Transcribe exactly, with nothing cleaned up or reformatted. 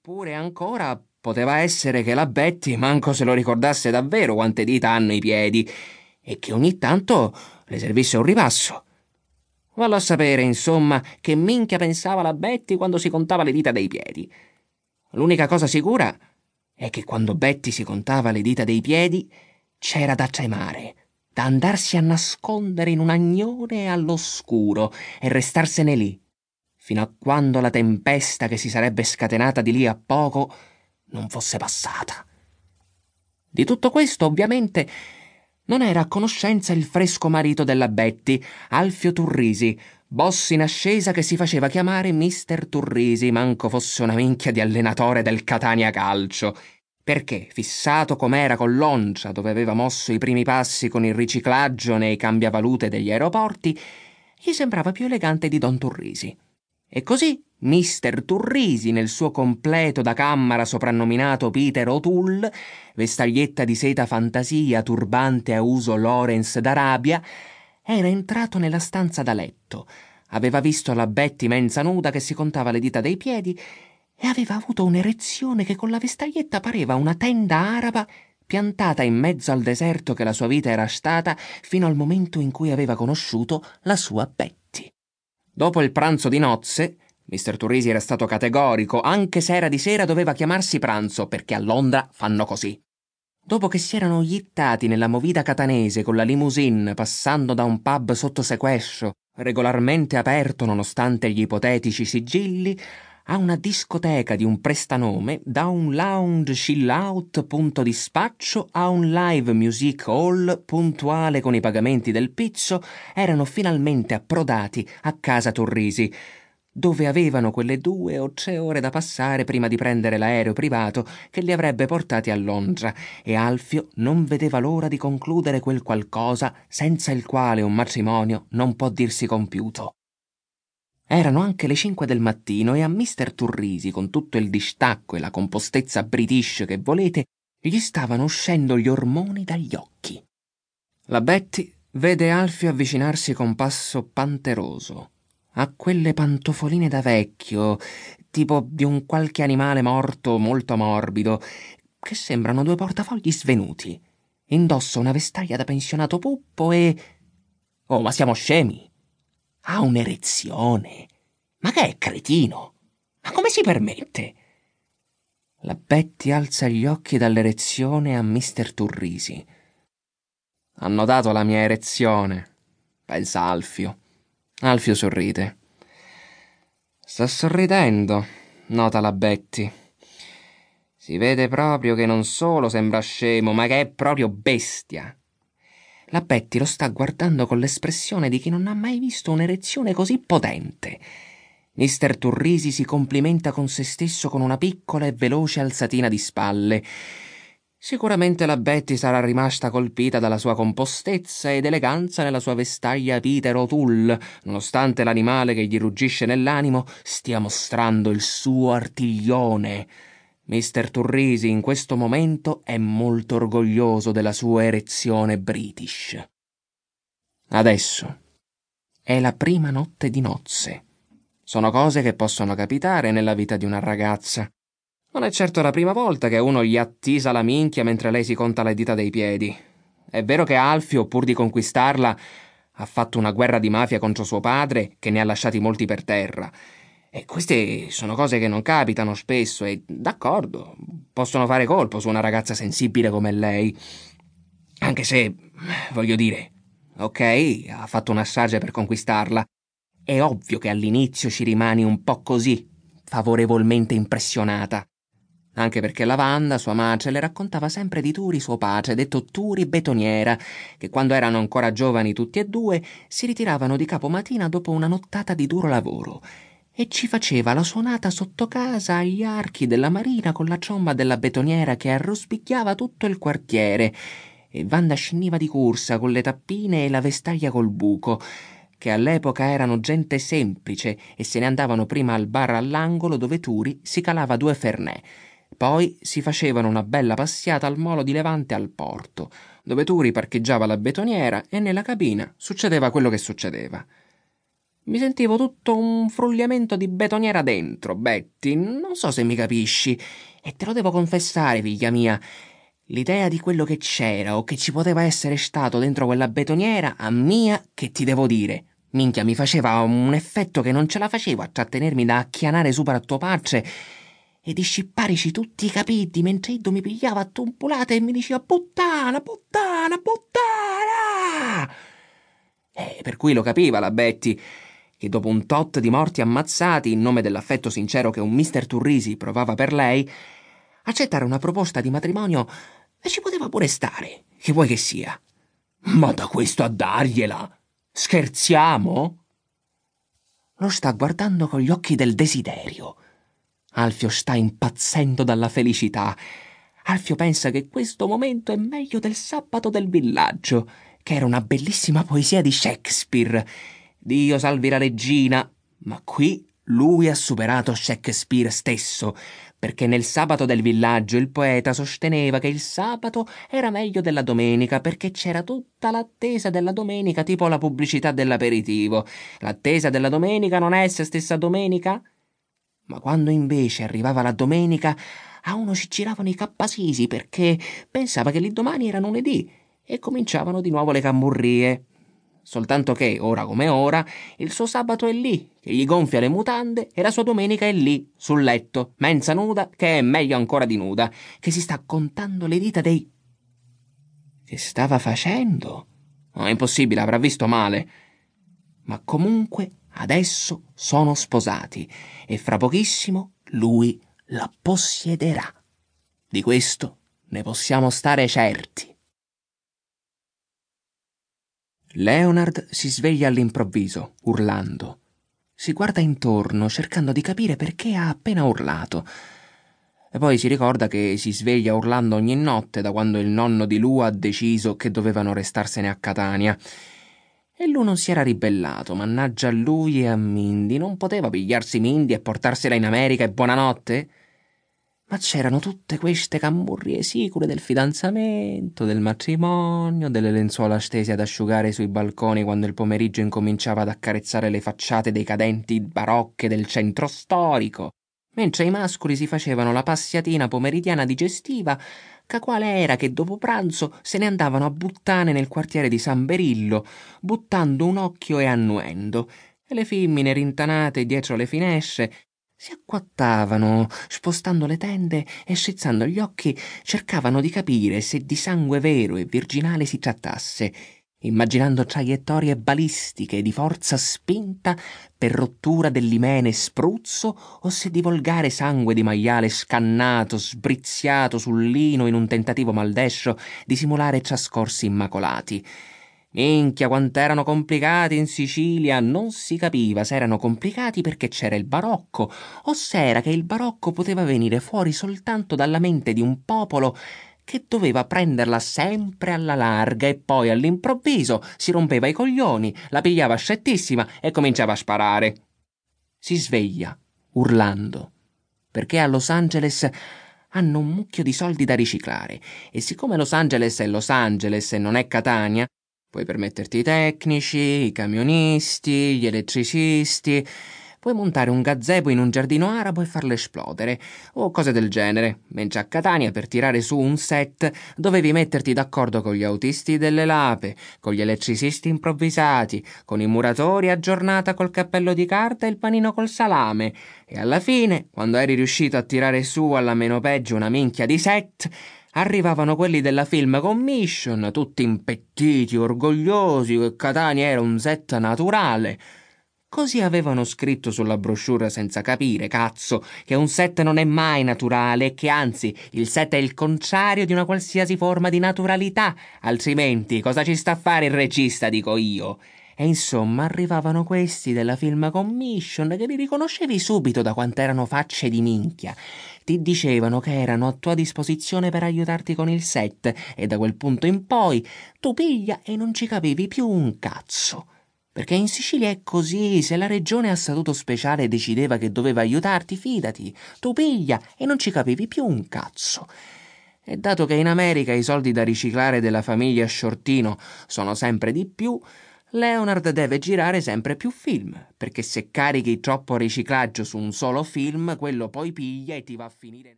Oppure ancora poteva essere che la Betty manco se lo ricordasse davvero quante dita hanno i piedi e che ogni tanto le servisse un ripasso. Vallo a sapere, insomma, che minchia pensava la Betty quando si contava le dita dei piedi. L'unica cosa sicura è che quando Betty si contava le dita dei piedi c'era da tremare, da andarsi a nascondere in un agnone all'oscuro e restarsene lì, fino a quando la tempesta che si sarebbe scatenata di lì a poco non fosse passata. Di tutto questo, ovviamente, non era a conoscenza il fresco marito della Betty, Alfio Turrisi, boss in ascesa che si faceva chiamare mister Turrisi, manco fosse una minchia di allenatore del Catania Calcio, perché, fissato com'era con l'Oncia, dove aveva mosso i primi passi con il riciclaggio nei cambiavalute degli aeroporti, gli sembrava più elegante di Don Turrisi. E così mister Turrisi, nel suo completo da camera soprannominato Peter O'Toole, vestaglietta di seta fantasia, turbante a uso Lawrence d'Arabia, era entrato nella stanza da letto, aveva visto la Betty mezza nuda che si contava le dita dei piedi e aveva avuto un'erezione che con la vestaglietta pareva una tenda araba piantata in mezzo al deserto che la sua vita era stata fino al momento in cui aveva conosciuto la sua Betty. Dopo il pranzo di nozze, mister Turrisi era stato categorico, anche se era di sera doveva chiamarsi pranzo, perché a Londra fanno così. Dopo che si erano ittati nella movida catanese con la limousine, passando da un pub sotto sequestro, regolarmente aperto nonostante gli ipotetici sigilli, a una discoteca di un prestanome, da un lounge chill out punto di spaccio a un live music hall puntuale con i pagamenti del pizzo, erano finalmente approdati a casa Turrisi, dove avevano quelle due o tre ore da passare prima di prendere l'aereo privato che li avrebbe portati a Londra, e Alfio non vedeva l'ora di concludere quel qualcosa senza il quale un matrimonio non può dirsi compiuto. Erano anche le cinque del mattino e a mister Turrisi, con tutto il distacco e la compostezza british che volete, gli stavano uscendo gli ormoni dagli occhi. La Betty vede Alfio avvicinarsi con passo panteroso, a quelle pantofoline da vecchio, tipo di un qualche animale morto molto morbido, che sembrano due portafogli svenuti. Indossa una vestaglia da pensionato puppo e... Oh, ma siamo scemi! Ha un'erezione! Ma che è, cretino? Ma come si permette? La Betty alza gli occhi dall'erezione a mister Turrisi. Ha notato la mia erezione, pensa Alfio. Alfio sorride. Sta sorridendo, nota la Betty. Si vede proprio che non solo sembra scemo, ma che è proprio bestia. La Betty lo sta guardando con l'espressione di chi non ha mai visto un'erezione così potente. mister Turrisi si complimenta con se stesso con una piccola e veloce alzatina di spalle. Sicuramente la Betty sarà rimasta colpita dalla sua compostezza ed eleganza nella sua vestaglia Peter O'Toole, nonostante l'animale che gli ruggisce nell'animo stia mostrando il suo artiglione. mister Turrisi in questo momento è molto orgoglioso della sua erezione british. Adesso è la prima notte di nozze. Sono cose che possono capitare nella vita di una ragazza. Non è certo la prima volta che uno gli attisa la minchia mentre lei si conta le dita dei piedi. È vero che Alfio, pur di conquistarla, ha fatto una guerra di mafia contro suo padre che ne ha lasciati molti per terra. E queste sono cose che non capitano spesso e, d'accordo, possono fare colpo su una ragazza sensibile come lei. Anche se, voglio dire, ok, ha fatto una strage per conquistarla. È ovvio che all'inizio ci rimani un po' così, favorevolmente impressionata. Anche perché Lavanda, sua madre, le raccontava sempre di Turi, suo padre, detto Turi Betoniera, che quando erano ancora giovani tutti e due si ritiravano di capo mattina dopo una nottata di duro lavoro e ci faceva la suonata sotto casa agli archi della marina con la ciomba della betoniera che arrospicchiava tutto il quartiere, e Wanda sciniva di corsa con le tappine e la vestaglia col buco, che all'epoca erano gente semplice e se ne andavano prima al bar all'angolo dove Turi si calava due Fernet. Poi si facevano una bella passiata al molo di Levante al porto, dove Turi parcheggiava la betoniera e nella cabina succedeva quello che succedeva. Mi sentivo tutto un frugliamento di betoniera dentro, Betty, non so se mi capisci. E te lo devo confessare, figlia mia, l'idea di quello che c'era o che ci poteva essere stato dentro quella betoniera, a mia, che ti devo dire, minchia, mi faceva un effetto che non ce la facevo a trattenermi da acchianare su per a tuo padre e di scipparici tutti i capiti mentre Iddo mi pigliava a tumpulate e mi diceva puttana, puttana, puttana. E per cui lo capiva la Betty, che dopo un tot di morti ammazzati in nome dell'affetto sincero che un mister Turrisi provava per lei, accettare una proposta di matrimonio e ci poteva pure stare, che vuoi che sia. Ma da questo a dargliela? Scherziamo? Lo sta guardando con gli occhi del desiderio. Alfio sta impazzendo dalla felicità. Alfio pensa che questo momento è meglio del sabato del villaggio, che era una bellissima poesia di Shakespeare. Dio salvi la regina. Ma qui lui ha superato Shakespeare stesso, perché nel sabato del villaggio il poeta sosteneva che il sabato era meglio della domenica perché c'era tutta l'attesa della domenica, tipo la pubblicità dell'aperitivo. L'attesa della domenica non è se stessa domenica? Ma quando invece arrivava la domenica, a uno ci giravano i cappasisi perché pensava che l'indomani era lunedì e cominciavano di nuovo le camurrie. Soltanto che, ora come ora, il suo sabato è lì, che gli gonfia le mutande, e la sua domenica è lì, sul letto, mezza nuda, che è meglio ancora di nuda, che si sta contando le dita dei... Che stava facendo? No, è impossibile, avrà visto male. Ma comunque adesso sono sposati e fra pochissimo lui la possiederà. Di questo ne possiamo stare certi. Leonard si sveglia all'improvviso, urlando. Si guarda intorno, cercando di capire perché ha appena urlato. E poi si ricorda che si sveglia urlando ogni notte da quando il nonno di Lua ha deciso che dovevano restarsene a Catania. E lui non si era ribellato, mannaggia a lui e a Mindy. Non poteva pigliarsi Mindy e portarsela in America e buonanotte? Ma c'erano tutte queste camurrie sicure del fidanzamento, del matrimonio, delle lenzuola stese ad asciugare sui balconi quando il pomeriggio incominciava ad accarezzare le facciate decadenti barocche del centro storico, mentre i mascoli si facevano la passiatina pomeridiana digestiva, ca quale era che dopo pranzo se ne andavano a buttane nel quartiere di San Berillo, buttando un occhio e annuendo, e le femmine rintanate dietro le finestre si acquattavano, spostando le tende e schizzando gli occhi, cercavano di capire se di sangue vero e virginale si trattasse, immaginando traiettorie balistiche di forza spinta per rottura dell'imene spruzzo o se di volgare sangue di maiale scannato, sbriziato sul lino in un tentativo maldescio di simulare trascorsi immacolati. Minchia, quant'erano complicati in Sicilia! Non si capiva se erano complicati perché c'era il barocco o se era che il barocco poteva venire fuori soltanto dalla mente di un popolo che doveva prenderla sempre alla larga e poi all'improvviso si rompeva i coglioni, la pigliava scettissima e cominciava a sparare. Si sveglia, urlando, perché a Los Angeles hanno un mucchio di soldi da riciclare e siccome Los Angeles è Los Angeles e non è Catania, puoi permetterti i tecnici, i camionisti, gli elettricisti, puoi montare un gazebo in un giardino arabo e farlo esplodere, o cose del genere, mentre a Catania per tirare su un set dovevi metterti d'accordo con gli autisti delle Lape, con gli elettricisti improvvisati, con i muratori a giornata col cappello di carta e il panino col salame, e alla fine, quando eri riuscito a tirare su alla meno peggio una minchia di set, arrivavano quelli della Film Commission, tutti impettiti, orgogliosi, che Catania era un set naturale. Così avevano scritto sulla brochure senza capire, cazzo, che un set non è mai naturale e che anzi il set è il contrario di una qualsiasi forma di naturalità, altrimenti cosa ci sta a fare il regista, dico io. E insomma arrivavano questi della Film Commission che li riconoscevi subito da quanto erano facce di minchia. Ti dicevano che erano a tua disposizione per aiutarti con il set e da quel punto in poi tu piglia e non ci capivi più un cazzo. Perché in Sicilia è così, se la regione a statuto speciale decideva che doveva aiutarti, fidati, tu piglia e non ci capivi più un cazzo. E dato che in America i soldi da riciclare della famiglia Shortino sono sempre di più, Leonard deve girare sempre più film, perché se carichi troppo riciclaggio su un solo film, quello poi piglia e ti va a finire...